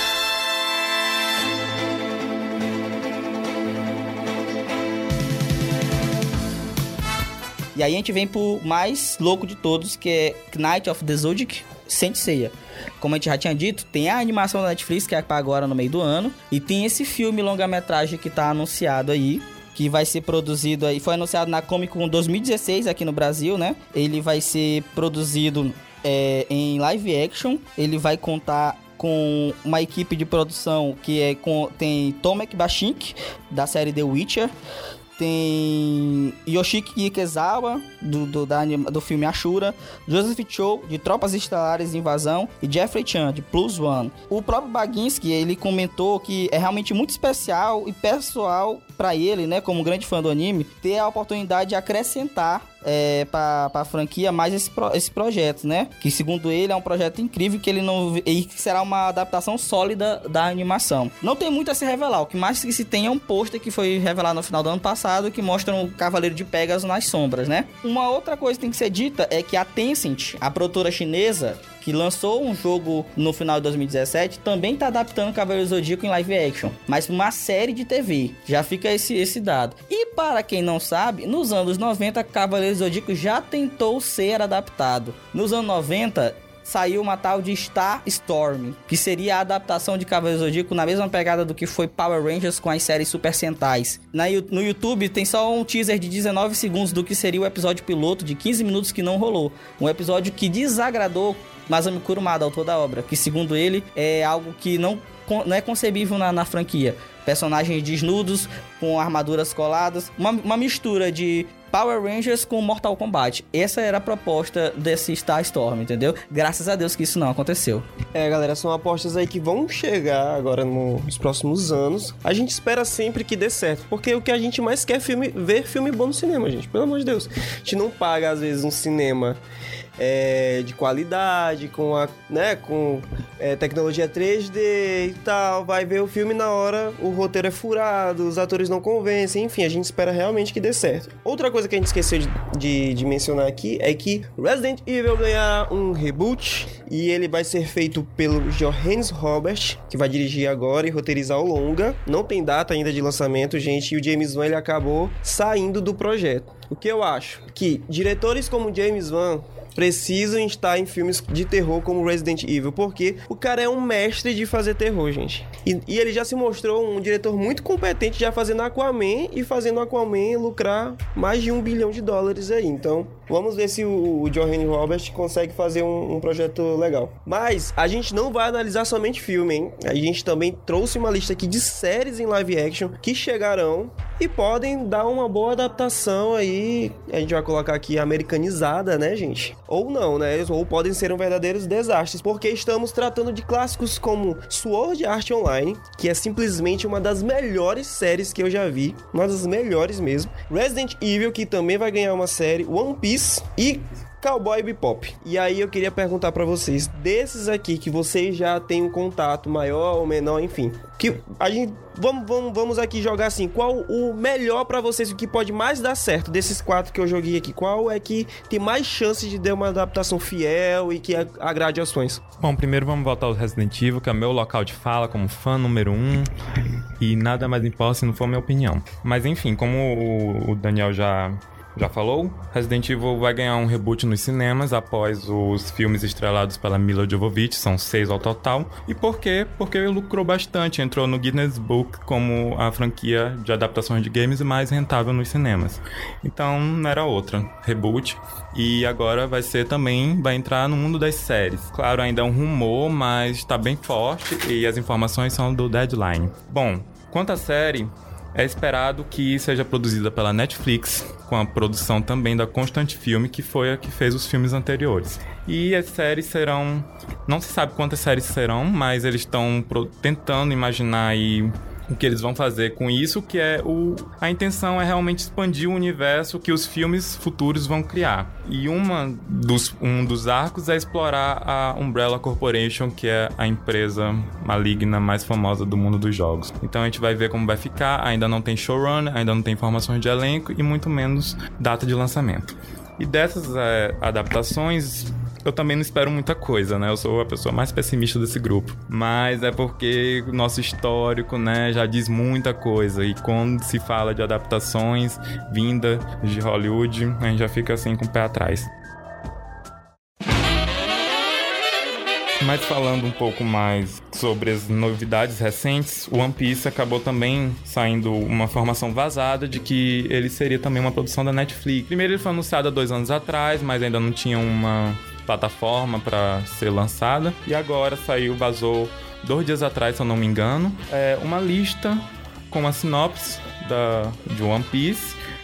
E aí a gente vem pro mais louco de todos, que é Knight of the Zodiac Saint Seiya. Como a gente já tinha dito, tem a animação da Netflix, que é para agora no meio do ano, e tem esse filme longa-metragem que tá anunciado aí, que vai ser produzido aí, foi anunciado na Comic Con dois mil e dezesseis aqui no Brasil, né? Ele vai ser produzido é, em live action, ele vai contar com uma equipe de produção que é com, tem Tomek Bashink, da série The Witcher, tem Yoshiki Ikezawa, do, do, da, do filme Ashura, Joseph Cho, de Tropas Estelares Invasão, e Jeffrey Chan, de Plus One. O próprio Baginski, ele comentou que é realmente muito especial e pessoal pra ele, né, como grande fã do anime, ter a oportunidade de acrescentar É, para a franquia mais esse, pro, esse projeto, né? Que segundo ele é um projeto incrível que ele não e que será uma adaptação sólida da animação. Não tem muito a se revelar, o que mais que se tem é um pôster que foi revelado no final do ano passado que mostra o Cavaleiro de Pegasus nas sombras, né? Uma outra coisa que tem que ser dita é que a Tencent, a produtora chinesa, que lançou um jogo no final de dois mil e dezessete, também tá adaptando o Cavaleiro do Zodíaco em live action, mas uma série de T V. Já fica esse, esse dado. E para quem não sabe, nos anos noventa, Cavaleiro do Zodíaco já tentou ser adaptado. Nos anos noventa, saiu uma tal de Star Storm, que seria a adaptação de Cavaleiro do Zodíaco na mesma pegada do que foi Power Rangers com as séries Super Sentais. Na, no YouTube tem só um teaser de dezenove segundos do que seria o episódio piloto de quinze minutos que não rolou. Um episódio que desagradou Masami Kurumada, autor da obra, que segundo ele é algo que não, não é concebível na, na franquia. Personagens desnudos, com armaduras coladas, uma, uma mistura de Power Rangers com Mortal Kombat. Essa era a proposta desse Star Storm, entendeu? Graças a Deus que isso não aconteceu. É, galera, são apostas aí que vão chegar agora nos próximos anos. A gente espera sempre que dê certo, porque o que a gente mais quer é filme, ver filme bom no cinema, gente. Pelo amor de Deus. A gente não paga, às vezes, um cinema É, de qualidade, com a, né, com é, tecnologia três D e tal, vai ver o filme na hora, o roteiro é furado, os atores não convencem, enfim, a gente espera realmente que dê certo. Outra coisa que a gente esqueceu de, de, de mencionar aqui é que Resident Evil ganhar um reboot e ele vai ser feito pelo Johannes Robert, que vai dirigir agora e roteirizar o longa. Não tem data ainda de lançamento, gente, e o James Wan ele acabou saindo do projeto. O que eu acho? Que diretores como James Wan precisam estar em filmes de terror como Resident Evil, porque o cara é um mestre de fazer terror, gente. E, e ele já se mostrou um diretor muito competente já fazendo Aquaman e fazendo Aquaman lucrar mais de um bilhão de dólares aí. Então, vamos ver se o, o Johannes Robert consegue fazer um, um projeto legal. Mas a gente não vai analisar somente filme, hein? A gente também trouxe uma lista aqui de séries em live action que chegarão e podem dar uma boa adaptação aí. A gente vai colocar aqui americanizada, né, gente? Ou não, né? Ou podem ser um verdadeiros desastres, porque estamos tratando de clássicos como Sword Art Online, que é simplesmente uma das melhores séries que eu já vi, uma das melhores mesmo. Resident Evil, que também vai ganhar uma série, One Piece e Cowboy Bebop. E aí eu queria perguntar pra vocês, desses aqui que vocês já têm um contato maior ou menor, enfim, que a gente vamos, vamos, vamos aqui jogar assim, qual o melhor pra vocês, o que pode mais dar certo desses quatro que eu joguei aqui? Qual é que tem mais chance de ter uma adaptação fiel e que agrade aos fãs? Bom, primeiro vamos voltar ao Resident Evil, que é meu local de fala como fã número um, e nada mais importa se não for minha opinião. Mas enfim, como o Daniel já Já falou, Resident Evil vai ganhar um reboot nos cinemas após os filmes estrelados pela Mila Jovovich, são seis ao total. E por quê? Porque lucrou bastante, entrou no Guinness Book como a franquia de adaptações de games mais rentável nos cinemas. Então não era outra, reboot. E agora vai ser também, vai entrar no mundo das séries. Claro, ainda é um rumor, mas está bem forte e as informações são do Deadline. Bom, quanto à série, é esperado que seja produzida pela Netflix, com a produção também da Constant Film, que foi a que fez os filmes anteriores. E as séries serão... Não se sabe quantas séries serão, mas eles estão pro... tentando imaginar aí o que eles vão fazer com isso, que é o... A intenção é realmente expandir o universo que os filmes futuros vão criar. E uma dos, um dos arcos é explorar a Umbrella Corporation, que é a empresa maligna mais famosa do mundo dos jogos. Então a gente vai ver como vai ficar, ainda não tem showrunner, ainda não tem informações de elenco e muito menos data de lançamento. E dessas é, adaptações... Eu também não espero muita coisa, né? Eu sou a pessoa mais pessimista desse grupo. Mas é porque o nosso histórico, né, já diz muita coisa. E quando se fala de adaptações vinda de Hollywood, a gente já fica assim com o pé atrás. Mas falando um pouco mais sobre as novidades recentes, o One Piece acabou também saindo uma informação vazada de que ele seria também uma produção da Netflix. Primeiro ele foi anunciado há dois anos atrás, mas ainda não tinha uma plataforma para ser lançada. E agora saiu, vazou dois dias atrás, se eu não me engano, é uma lista com a sinopse da, de One Piece.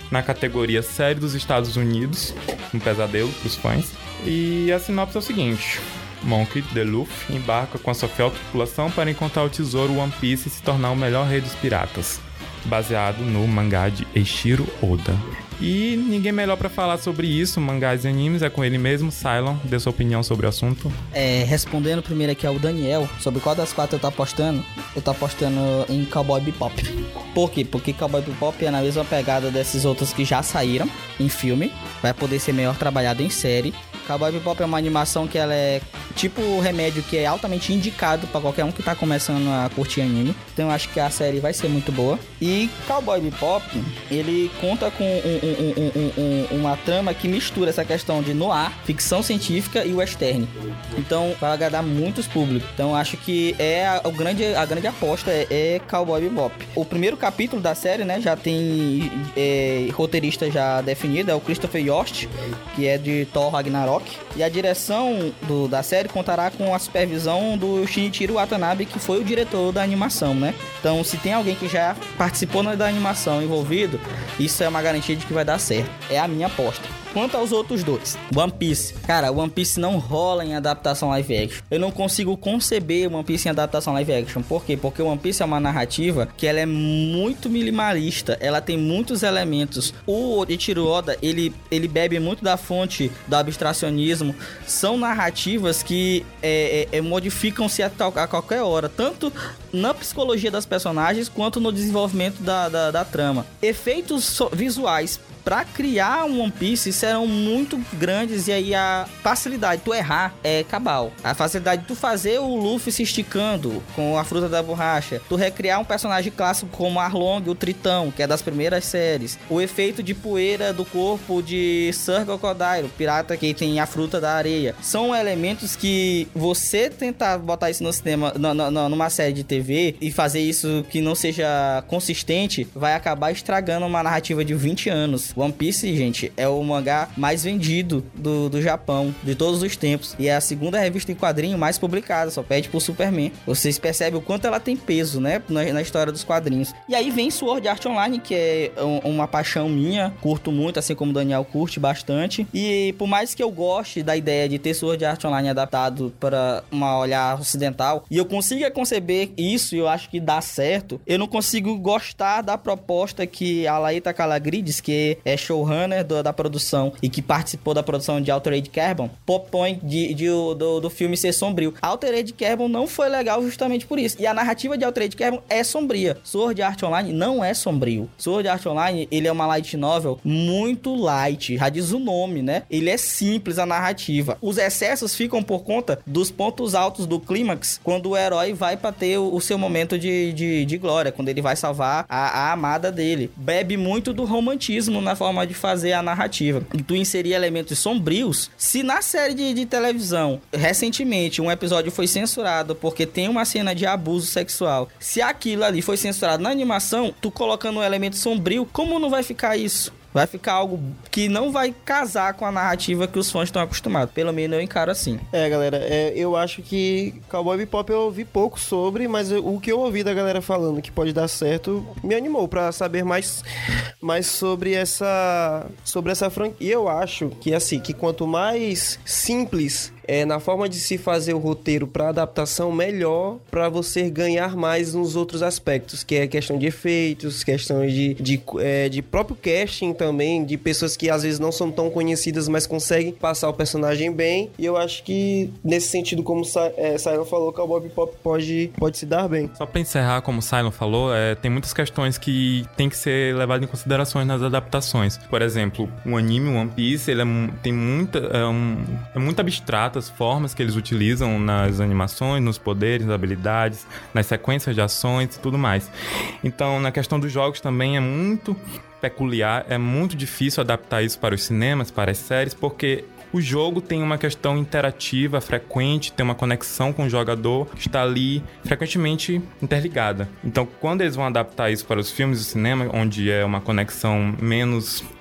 na categoria série dos Estados Unidos, um pesadelo pros fãs. E a sinopse é o seguinte: Monk D. Luffy embarca com a sua fiel tripulação para encontrar o tesouro One Piece e se tornar o melhor rei dos piratas, baseado no mangá de Eiichiro Oda. E ninguém melhor pra falar sobre isso, mangás e animes, é com ele mesmo. Cylon, dê sua opinião sobre o assunto. É, respondendo primeiro aqui ao Daniel, sobre qual das quatro eu tô apostando, eu tô apostando em Cowboy Bebop. Por quê? Porque Cowboy Bebop é na mesma pegada desses outros que já saíram em filme, vai poder ser melhor trabalhado em série. Cowboy Bebop é uma animação que ela é tipo o remédio que é altamente indicado pra qualquer um que tá começando a curtir anime. Então eu acho que a série vai ser muito boa. E Cowboy Bebop, ele conta com um, um, um, um, uma trama que mistura essa questão de noir, ficção científica e western. Então vai agradar muitos públicos. Então eu acho que é a, a, grande, a grande aposta é, é Cowboy Bebop. O primeiro capítulo da série, né, já tem é, roteirista já definido, é o Christopher Yost, que é de Thor Ragnarok. E a direção do, da série contará com a supervisão do Shinichiro Watanabe, que foi o diretor da animação, né? Então, se tem alguém que já participou da animação envolvido, isso é uma garantia de que vai dar certo. É a minha aposta. Quanto aos outros dois, One Piece. Cara, One Piece não rola em adaptação live action. Eu não consigo conceber One Piece em adaptação live action. Por quê? Porque One Piece é uma narrativa que ela é muito minimalista. Ela tem muitos elementos. O Eiichiro Oda, ele, ele bebe muito da fonte do abstracionismo. São narrativas que é, é, modificam-se a, a qualquer hora. Tanto na psicologia das personagens, quanto no desenvolvimento da, da, da trama. Efeitos so- visuais pra criar um One Piece serão muito grandes, e aí a facilidade de tu errar é cabal. A facilidade de tu fazer o Luffy se esticando com a fruta da borracha, tu recriar um personagem clássico como Arlong, o Tritão, que é das primeiras séries, o efeito de poeira do corpo de Sir Crocodile, o pirata que tem a fruta da areia, são elementos que você tentar botar isso no cinema, no, no, numa série de T V, e fazer isso que não seja consistente, vai acabar estragando uma narrativa de vinte anos. One Piece, gente, é o mangá mais vendido do, do Japão, de todos os tempos. E é a segunda revista em quadrinho mais publicada, só pede pro Superman. Vocês percebem o quanto ela tem peso, né, na, na história dos quadrinhos. E aí vem Sword Art Online, que é um, uma paixão minha, curto muito, assim como o Daniel curte bastante. E por mais que eu goste da ideia de ter Sword Art Online adaptado para uma olhar ocidental, e eu consiga conceber isso, e eu acho que dá certo, eu não consigo gostar da proposta que a Laeta Kalagridis, que é showrunner do, da produção e que participou da produção de Altered Carbon, propõe de, de, do, do filme ser sombrio. Altered Carbon não foi legal justamente por isso. E a narrativa de Altered Carbon é sombria. Sword Art Online não é sombrio. Sword Art Online, ele é uma light novel muito light, já diz o nome, né? Ele é simples a narrativa. Os excessos ficam por conta dos pontos altos do clímax, quando o herói vai pra ter o, o seu momento de, de, de glória, quando ele vai salvar a, a amada dele. Bebe muito do romantismo na forma de fazer a narrativa. E tu inserir elementos sombrios. Se na série de, de televisão, recentemente, um episódio foi censurado porque tem uma cena de abuso sexual, se aquilo ali foi censurado na animação, tu colocando um elemento sombrio, como não vai ficar isso? Vai ficar algo que não vai casar com a narrativa que os fãs estão acostumados. Pelo menos eu encaro assim. É, galera, é, eu acho que Cowboy Bebop eu ouvi pouco sobre, mas eu, o que eu ouvi da galera falando que pode dar certo me animou pra saber mais, mais sobre essa sobre essa franquia. E eu acho que, assim, que quanto mais simples é, na forma de se fazer o roteiro para adaptação, melhor para você ganhar mais nos outros aspectos, que é questão de efeitos, questão de, de, é, de próprio casting também, de pessoas que às vezes não são tão conhecidas, mas conseguem passar o personagem bem. E eu acho que, nesse sentido, como é, Cylon falou, Cowboy Bebop pode, pode se dar bem. Só para encerrar, como o Cylon falou, é, tem muitas questões que tem que ser levadas em consideração nas adaptações. Por exemplo, o anime One Piece, ele é, tem muita, é, um, é muito abstrato as formas que eles utilizam nas animações, nos poderes, nas habilidades, nas sequências de ações e tudo mais. Então, na questão dos jogos também é muito peculiar, é muito difícil adaptar isso para os cinemas, para as séries, porque o jogo tem uma questão interativa, frequente, tem uma conexão com o jogador que está ali frequentemente interligada. Então, quando eles vão adaptar isso para os filmes e o cinema, onde é uma conexão menos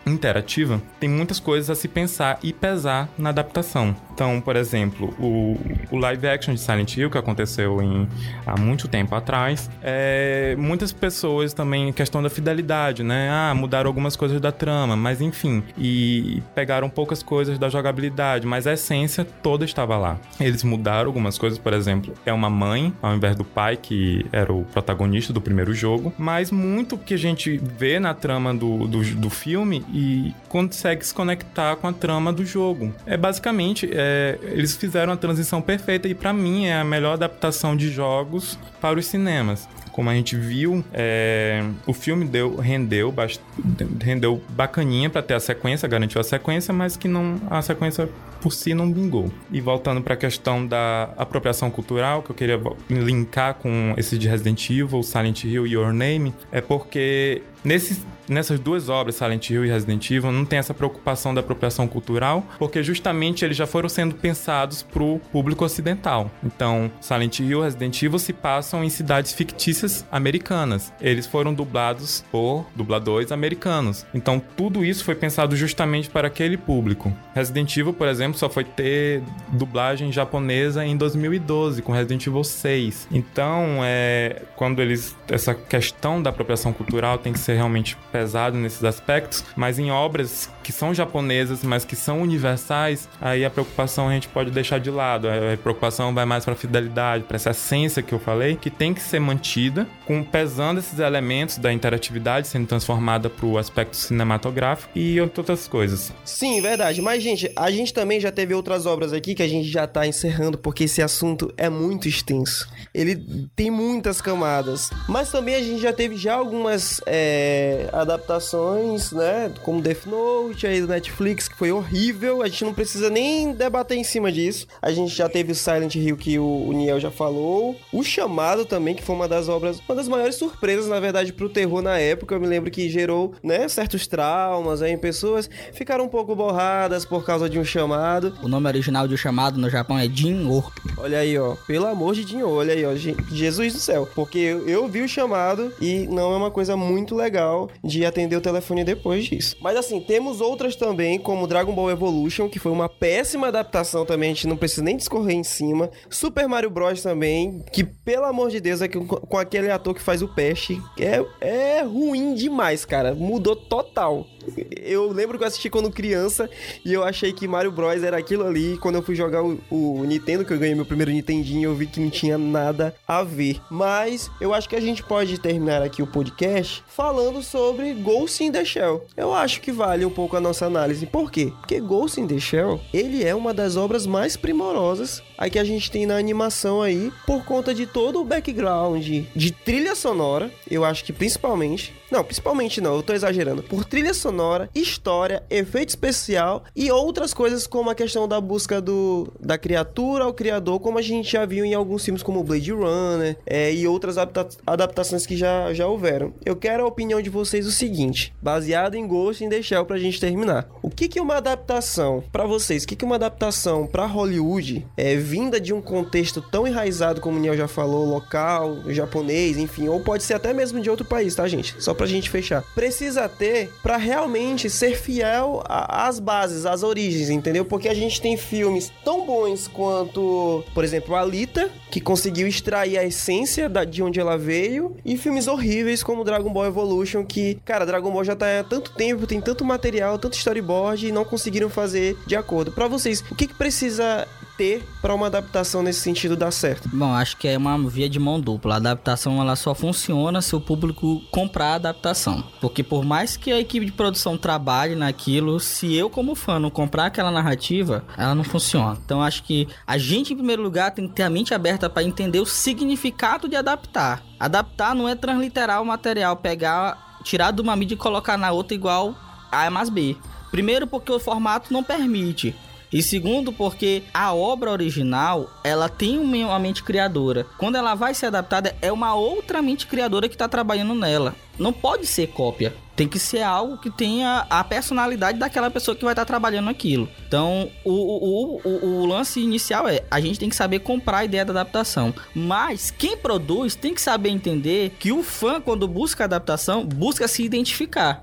interativa, tem muitas coisas a se pensar e pesar na adaptação. Então, por exemplo, o, o live action de Silent Hill, que aconteceu em, há muito tempo atrás, é, muitas pessoas também, questão da fidelidade, né? Ah, mudaram algumas coisas da trama, mas enfim, e pegaram poucas coisas da jogabilidade, mas a essência toda estava lá. Eles mudaram algumas coisas, por exemplo, é uma mãe, ao invés do pai, que era o protagonista do primeiro jogo, mas muito que a gente vê na trama do, do, do filme e consegue se conectar com a trama do jogo. É basicamente, é, eles fizeram a transição perfeita e pra mim é a melhor adaptação de jogos para os cinemas. Como a gente viu, é, o filme deu, rendeu, bast... rendeu bacaninha pra ter a sequência, garantiu a sequência, mas que não, a sequência por si não vingou. E voltando pra questão da apropriação cultural, que eu queria linkar com esse de Resident Evil, Silent Hill e Your Name, é porque nesses Nessas duas obras, Silent Hill e Resident Evil, não tem essa preocupação da apropriação cultural, porque justamente eles já foram sendo pensados pro público ocidental. Então, Silent Hill e Resident Evil se passam em cidades fictícias americanas. Eles foram dublados por dubladores americanos. Então, tudo isso foi pensado justamente para aquele público. Resident Evil, por exemplo, só foi ter dublagem japonesa em dois mil e doze, com Resident Evil seis. Então, é, quando eles... essa questão da apropriação cultural tem que ser realmente pesado nesses aspectos, mas em obras que são japonesas, mas que são universais, aí a preocupação a gente pode deixar de lado. A preocupação vai mais para a fidelidade, para essa essência que eu falei, que tem que ser mantida, com pesando esses elementos da interatividade sendo transformada para o aspecto cinematográfico e outras coisas. Sim, verdade. Mas, gente, a gente também já teve outras obras aqui que a gente já tá encerrando, porque esse assunto é muito extenso. Ele tem muitas camadas. Mas também a gente já teve já algumas é, adaptações, né? Como Death Note aí do Netflix, que foi horrível. A gente não precisa nem debater em cima disso. A gente já teve o Silent Hill, que o, o Niel já falou. O Chamado também, que foi uma das obras, uma das maiores surpresas, na verdade, pro terror na época. Eu me lembro que gerou, né, certos traumas aí em pessoas. Ficaram um pouco borradas por causa de um chamado. O nome original de O Chamado no Japão é Jin-O. Olha aí, ó. Pelo amor de Jin-O, olha aí, ó. Jesus do céu. Porque eu, eu vi o Chamado e não é uma coisa muito legal de atender o telefone depois disso. Mas assim, temos outras também, como Dragon Ball Evolution, que foi uma péssima adaptação também, a gente não precisa nem discorrer em cima. Super Mario Bros também, que pelo amor de Deus, é com, com aquele ator que faz o Peste, é, é ruim demais, cara. Mudou total. Eu lembro que eu assisti quando criança e eu achei que Mario Bros era aquilo ali. Quando eu fui jogar o, o Nintendo, que eu ganhei meu primeiro Nintendinho, eu vi que não tinha nada a ver. Mas eu acho que a gente pode terminar aqui o podcast falando sobre Ghost in the Shell. Eu acho que vale um pouco a nossa análise. Por quê? Porque Ghost in the Shell, ele é uma das obras mais primorosas aí que a gente tem na animação aí, por conta de todo o background de trilha sonora. Eu acho que principalmente... Não, principalmente não, eu tô exagerando. Por trilha sonora, história, efeito especial e outras coisas como a questão da busca do, da criatura ao criador, como a gente já viu em alguns filmes como Blade Runner é, e outras adapta- adaptações que já, já houveram. Eu quero a opinião de vocês o seguinte, baseado em Ghost in the Shell pra gente terminar. O que que uma adaptação, pra vocês, o que que uma adaptação pra Hollywood é vinda de um contexto tão enraizado como o Niel já falou, local, japonês, enfim, ou pode ser até mesmo de outro país, tá, gente? Só pra gente fechar. Precisa ter pra realmente ser fiel às bases, às origens, entendeu? Porque a gente tem filmes tão bons quanto, por exemplo, Alita, que conseguiu extrair a essência da, de onde ela veio, e filmes horríveis como Dragon Ball Evolution, que, cara, Dragon Ball já tá há tanto tempo, tem tanto material, tanto storyboard, e não conseguiram fazer de acordo. Pra vocês, o que que precisa ter para uma adaptação nesse sentido dar certo? Bom, acho que é uma via de mão dupla. A adaptação, ela só funciona se o público comprar a adaptação. Porque por mais que a equipe de produção trabalhe naquilo, se eu como fã não comprar aquela narrativa, ela não funciona. Então acho que a gente, em primeiro lugar, tem que ter a mente aberta para entender o significado de adaptar. Adaptar não é transliterar o material, pegar, tirar de uma mídia e colocar na outra igual A mais B. Primeiro porque o formato não permite. E segundo, porque a obra original, ela tem uma mente criadora. Quando ela vai ser adaptada, é uma outra mente criadora que está trabalhando nela. Não pode ser cópia. Tem que ser algo que tenha a personalidade daquela pessoa que vai estar trabalhando aquilo. Então, o, o, o, o lance inicial é, a gente tem que saber comprar a ideia da adaptação. Mas quem produz tem que saber entender que o fã, quando busca a adaptação, busca se identificar.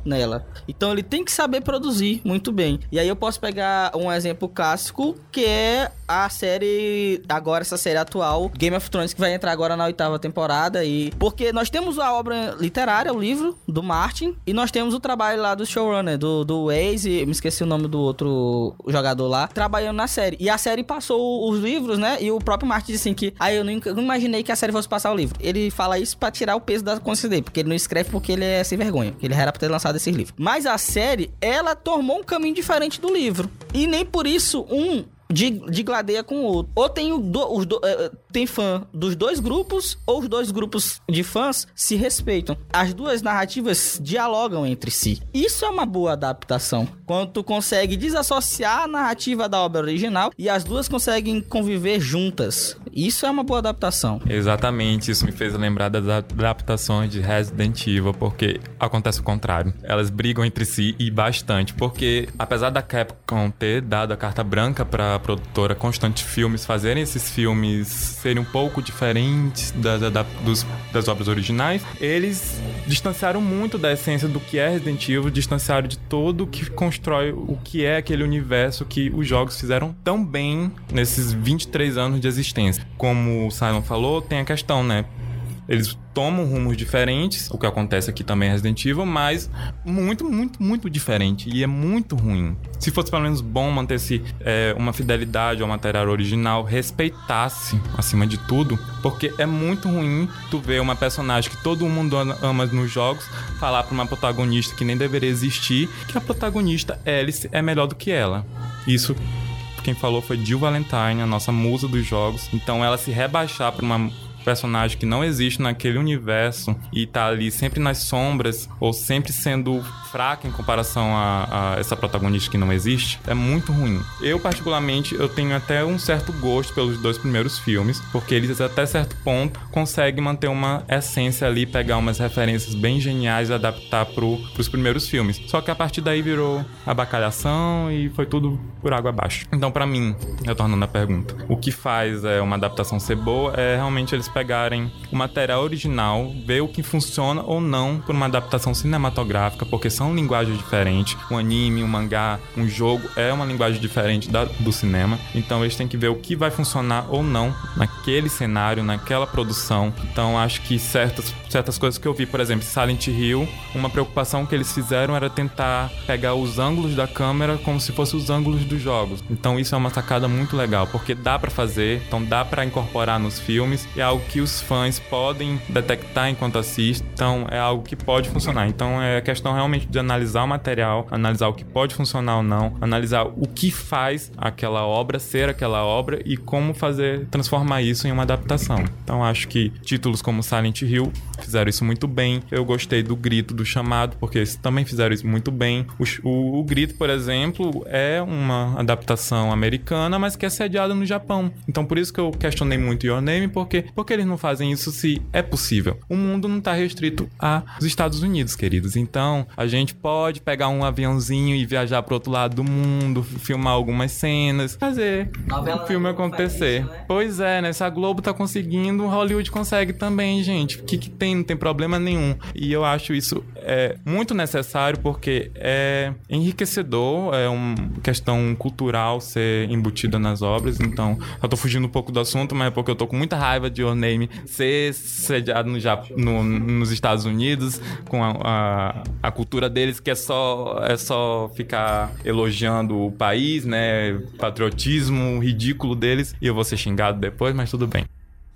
nela. Então ele tem que saber produzir muito bem. E aí eu posso pegar um exemplo clássico, que é a série, agora essa série atual, Game of Thrones, que vai entrar agora na oitava temporada. E porque nós temos a obra literária, o livro do Martin, e nós temos o trabalho lá do showrunner, do, do Waze, me esqueci o nome do outro jogador lá, trabalhando na série. E a série passou os livros, né? E o próprio Martin disse assim que, ah, eu não, não imaginei que a série fosse passar o livro. Ele fala isso pra tirar o peso da consciência dele, porque ele não escreve porque ele é sem vergonha, que ele era pra ter lançado esse livro. Mas a série, ela tomou um caminho diferente do livro. E nem por isso um digladeia com o outro. Ou tem, o do, os do, uh, tem fã dos dois grupos, ou os dois grupos de fãs se respeitam. As duas narrativas dialogam entre si. Isso é uma boa adaptação. Quando tu consegue desassociar a narrativa da obra original e as duas conseguem conviver juntas. Isso é uma boa adaptação. Exatamente. Isso me fez lembrar das adaptações de Resident Evil, porque acontece o contrário. Elas brigam entre si e bastante, porque apesar da Capcom ter dado a carta branca pra produtora Constante Filmes fazerem esses filmes serem um pouco diferentes das, da, dos, das obras originais, eles distanciaram muito da essência do que é Resident Evil, distanciaram de todo o que constrói o que é aquele universo que os jogos fizeram tão bem nesses vinte e três anos de existência. Como o Simon falou, tem a questão, né? Eles tomam rumos diferentes, o que acontece aqui também é Resident Evil, mas muito, muito, muito diferente. E é muito ruim. Se fosse pelo menos bom manter-se é, uma fidelidade ao material original, respeitasse acima de tudo, porque é muito ruim tu ver uma personagem que todo mundo ama nos jogos falar pra uma protagonista que nem deveria existir que a protagonista Alice é melhor do que ela. Isso quem falou foi Jill Valentine, a nossa musa dos jogos. Então ela se rebaixar pra uma personagem que não existe naquele universo e tá ali sempre nas sombras ou sempre sendo fraca em comparação a, a essa protagonista que não existe, é muito ruim. Eu, particularmente, eu tenho até um certo gosto pelos dois primeiros filmes, porque eles, até certo ponto, conseguem manter uma essência ali, pegar umas referências bem geniais e adaptar pro, pros primeiros filmes. Só que a partir daí virou abacalhação e foi tudo por água abaixo. Então, pra mim, retornando à pergunta, o que faz é, uma adaptação ser boa é realmente eles pegarem o material original, ver o que funciona ou não por uma adaptação cinematográfica, porque são linguagens diferentes. Um anime, um mangá, um jogo é uma linguagem diferente da, do cinema. Então eles têm que ver o que vai funcionar ou não naquele cenário, naquela produção. Então acho que certas, certas coisas que eu vi, por exemplo, Silent Hill, uma preocupação que eles fizeram era tentar pegar os ângulos da câmera como se fossem os ângulos dos jogos. Então isso é uma sacada muito legal, porque dá pra fazer, então dá pra incorporar nos filmes, e é algo que os fãs podem detectar enquanto assistem, então é algo que pode funcionar. Então é questão realmente de analisar o material, analisar o que pode funcionar ou não, analisar o que faz aquela obra ser aquela obra e como fazer, transformar isso em uma adaptação. Então acho que títulos como Silent Hill fizeram isso muito bem. Eu gostei do Grito, do Chamado, porque eles também fizeram isso muito bem. O, o, o Grito, por exemplo, é uma adaptação americana, mas que é sediada no Japão. Então por isso que eu questionei muito Your Name, porque porque eles não fazem isso se é possível? O mundo não está restrito aos Estados Unidos, queridos. Então, a gente pode pegar um aviãozinho e viajar para outro lado do mundo, filmar algumas cenas, fazer o filme acontecer. Isso, né? Pois é, né? Se a Globo tá conseguindo, Hollywood consegue também, gente. O que que tem? Não tem problema nenhum. E eu acho isso é, muito necessário, porque é enriquecedor, é uma questão cultural ser embutida nas obras. Então, eu tô fugindo um pouco do assunto, mas é porque eu tô com muita raiva de Your Name ser sediado no, no, nos Estados Unidos, com a, a, a cultura deles, que é só, é só ficar elogiando o país, né? Patriotismo ridículo deles. E eu vou ser xingado depois, mas tudo bem.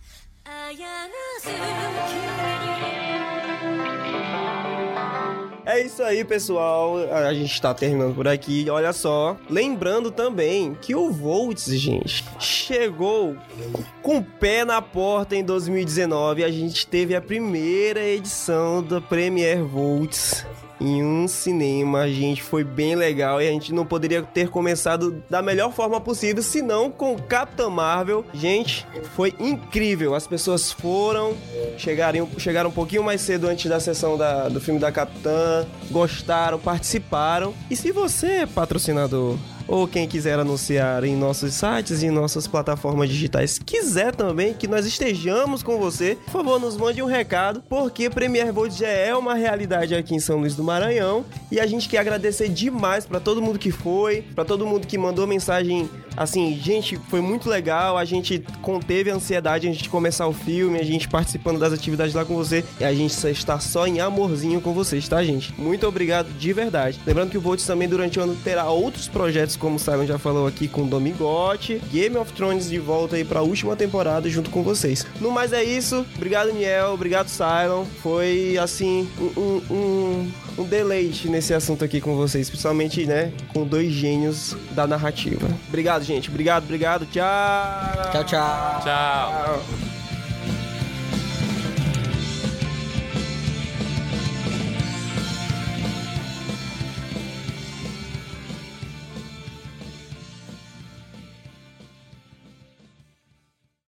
É isso aí, pessoal. A gente tá terminando por aqui. Olha só. Lembrando também que o Volts, gente, chegou com o pé na porta em dois mil e dezenove. A gente teve a primeira edição da Premiere Volts em um cinema. Gente, foi bem legal e a gente não poderia ter começado da melhor forma possível, senão com Capitã Marvel. Gente, foi incrível. As pessoas foram, chegaram, chegaram um pouquinho mais cedo antes da sessão da, do filme da Capitã, gostaram, participaram. E se você, patrocinador, ou quem quiser anunciar em nossos sites e em nossas plataformas digitais, quiser também que nós estejamos com você, por favor, nos mande um recado, porque Premiere Volts já é uma realidade aqui em São Luís do Maranhão. E a gente quer agradecer demais pra todo mundo que foi, pra todo mundo que mandou mensagem. Assim, gente, foi muito legal, a gente conteve a ansiedade antes de começar o filme, a gente participando das atividades lá com você, e a gente só está só em amorzinho com vocês, tá, gente? Muito obrigado de verdade. Lembrando que o Volts também durante o ano terá outros projetos, como o Simon já falou aqui, com Domigote, Game of Thrones de volta aí pra última temporada junto com vocês. No mais é isso, obrigado, Niel, obrigado, Cylon, foi, assim, um, um, um, um deleite nesse assunto aqui com vocês, principalmente, né, com dois gênios da narrativa. Obrigado, gente. Obrigado, obrigado. Tchau. Tchau, tchau. Tchau.